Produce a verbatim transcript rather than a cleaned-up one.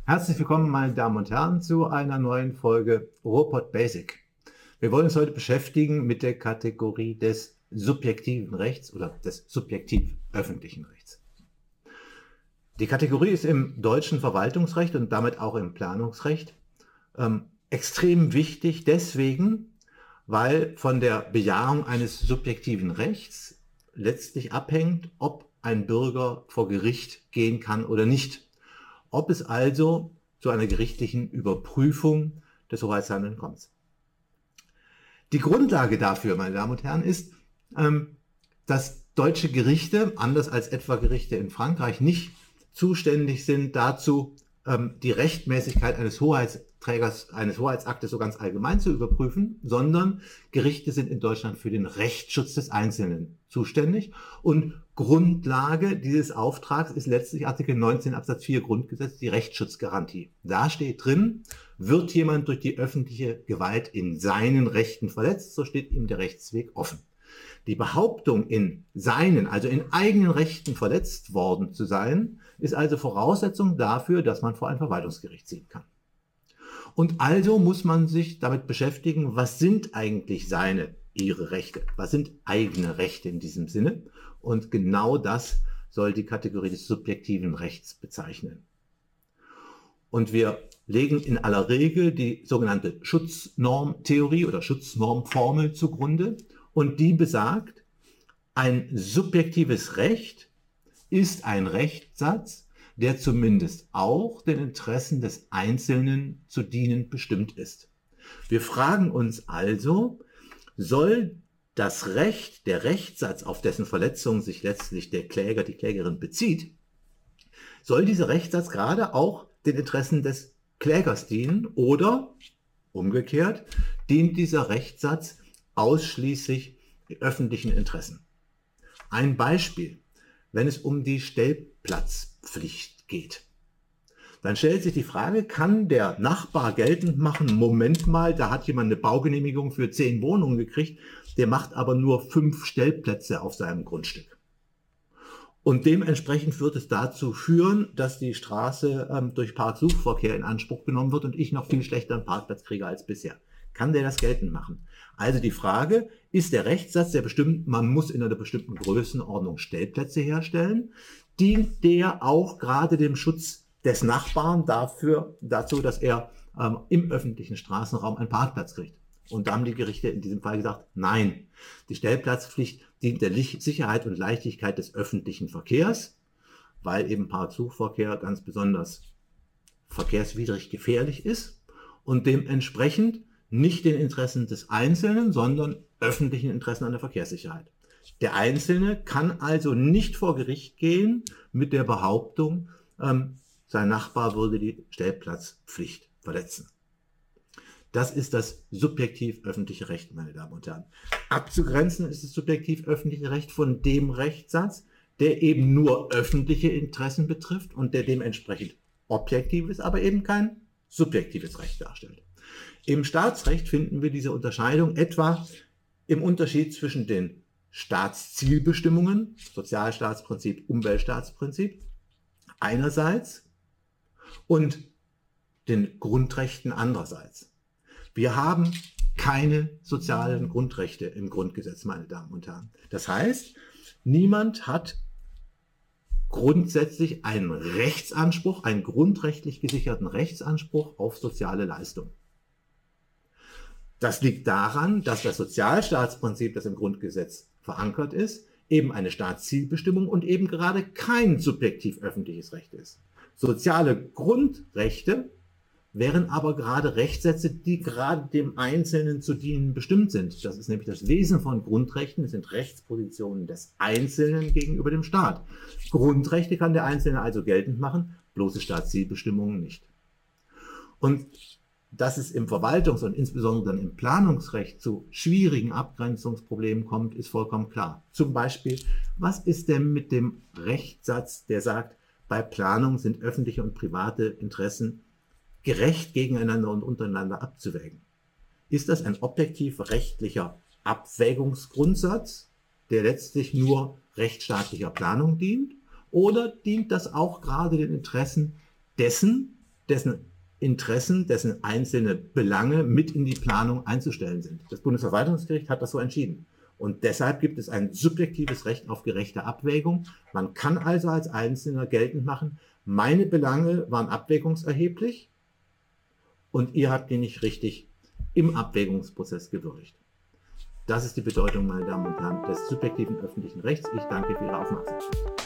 Herzlich willkommen, meine Damen und Herren, zu einer neuen Folge Ruhrpott Basic. Wir wollen uns heute beschäftigen mit der Kategorie des subjektiven Rechts oder des subjektiv öffentlichen Rechts. Die Kategorie ist im deutschen Verwaltungsrecht und damit auch im Planungsrecht ähm, extrem wichtig, deswegen, weil von der Bejahung eines subjektiven Rechts letztlich abhängt, ob ein Bürger vor Gericht gehen kann oder nicht. Ob es also zu einer gerichtlichen Überprüfung des Hoheitshandelns kommt. Die Grundlage dafür, meine Damen und Herren, ist, dass deutsche Gerichte, anders als etwa Gerichte in Frankreich, nicht zuständig sind dazu, die Rechtmäßigkeit eines Hoheitsträgers, eines Hoheitsaktes so ganz allgemein zu überprüfen, sondern Gerichte sind in Deutschland für den Rechtsschutz des Einzelnen zuständig. Und Grundlage dieses Auftrags ist letztlich Artikel neunzehn Absatz vier Grundgesetz, die Rechtsschutzgarantie. Da steht drin, wird jemand durch die öffentliche Gewalt in seinen Rechten verletzt, so steht ihm der Rechtsweg offen. Die Behauptung, in seinen, also in eigenen Rechten verletzt worden zu sein, ist also Voraussetzung dafür, dass man vor ein Verwaltungsgericht ziehen kann. Und also muss man sich damit beschäftigen, was sind eigentlich seine, ihre Rechte? Was sind eigene Rechte in diesem Sinne? Und genau das soll die Kategorie des subjektiven Rechts bezeichnen. Und wir legen in aller Regel die sogenannte Schutznormtheorie oder Schutznormformel zugrunde. Und die besagt, ein subjektives Recht ist ein Rechtssatz, der zumindest auch den Interessen des Einzelnen zu dienen bestimmt ist. Wir fragen uns also, soll das Recht, der Rechtssatz, auf dessen Verletzung sich letztlich der Kläger, die Klägerin bezieht, soll dieser Rechtssatz gerade auch den Interessen des Klägers dienen oder umgekehrt dient dieser Rechtssatz ausschließlich öffentlichen Interessen? Ein Beispiel, wenn es um die Stellplatzpflicht geht. Dann stellt sich die Frage, kann der Nachbar geltend machen, Moment mal, da hat jemand eine Baugenehmigung für zehn Wohnungen gekriegt, der macht aber nur fünf Stellplätze auf seinem Grundstück. Und dementsprechend wird es dazu führen, dass die Straße ähm, durch Parksuchverkehr in Anspruch genommen wird und ich noch viel schlechter einen Parkplatz kriege als bisher. Kann der das geltend machen? Also die Frage, ist der Rechtssatz, der bestimmt, man muss in einer bestimmten Größenordnung Stellplätze herstellen, dient der auch gerade dem Schutz des Nachbarn dafür, dazu, dass er ähm, im öffentlichen Straßenraum einen Parkplatz kriegt? Und da haben die Gerichte in diesem Fall gesagt, nein. Die Stellplatzpflicht dient der Sicherheit und Leichtigkeit des öffentlichen Verkehrs, weil eben Parksuchverkehr ganz besonders verkehrswidrig gefährlich ist und dementsprechend nicht den Interessen des Einzelnen, sondern öffentlichen Interessen an der Verkehrssicherheit. Der Einzelne kann also nicht vor Gericht gehen mit der Behauptung, ähm, sein Nachbar würde die Stellplatzpflicht verletzen. Das ist das subjektiv öffentliche Recht, meine Damen und Herren. Abzugrenzen ist das subjektiv öffentliche Recht von dem Rechtssatz, der eben nur öffentliche Interessen betrifft und der dementsprechend objektiv ist, aber eben kein subjektives Recht darstellt. Im Staatsrecht finden wir diese Unterscheidung etwa im Unterschied zwischen den Staatszielbestimmungen, Sozialstaatsprinzip, Umweltstaatsprinzip, einerseits und den Grundrechten andererseits. Wir haben keine sozialen Grundrechte im Grundgesetz, meine Damen und Herren. Das heißt, niemand hat grundsätzlich einen Rechtsanspruch, einen grundrechtlich gesicherten Rechtsanspruch auf soziale Leistung. Das liegt daran, dass das Sozialstaatsprinzip, das im Grundgesetz verankert ist, eben eine Staatszielbestimmung und eben gerade kein subjektiv öffentliches Recht ist. Soziale Grundrechte wären aber gerade Rechtssätze, die gerade dem Einzelnen zu dienen bestimmt sind. Das ist nämlich das Wesen von Grundrechten. Es sind Rechtspositionen des Einzelnen gegenüber dem Staat. Grundrechte kann der Einzelne also geltend machen, bloße Staatszielbestimmungen nicht. Und dass es im Verwaltungs- und insbesondere dann im Planungsrecht zu schwierigen Abgrenzungsproblemen kommt, ist vollkommen klar. Zum Beispiel, was ist denn mit dem Rechtssatz, der sagt, bei Planung sind öffentliche und private Interessen gerecht gegeneinander und untereinander abzuwägen? Ist das ein objektiv rechtlicher Abwägungsgrundsatz, der letztlich nur rechtsstaatlicher Planung dient? Oder dient das auch gerade den Interessen dessen, dessen Interessen, dessen einzelne Belange mit in die Planung einzustellen sind. Das Bundesverwaltungsgericht hat das so entschieden. Und deshalb gibt es ein subjektives Recht auf gerechte Abwägung. Man kann also als Einzelner geltend machen, meine Belange waren abwägungserheblich und ihr habt die nicht richtig im Abwägungsprozess gewürdigt. Das ist die Bedeutung, meine Damen und Herren, des subjektiven öffentlichen Rechts. Ich danke für Ihre Aufmerksamkeit.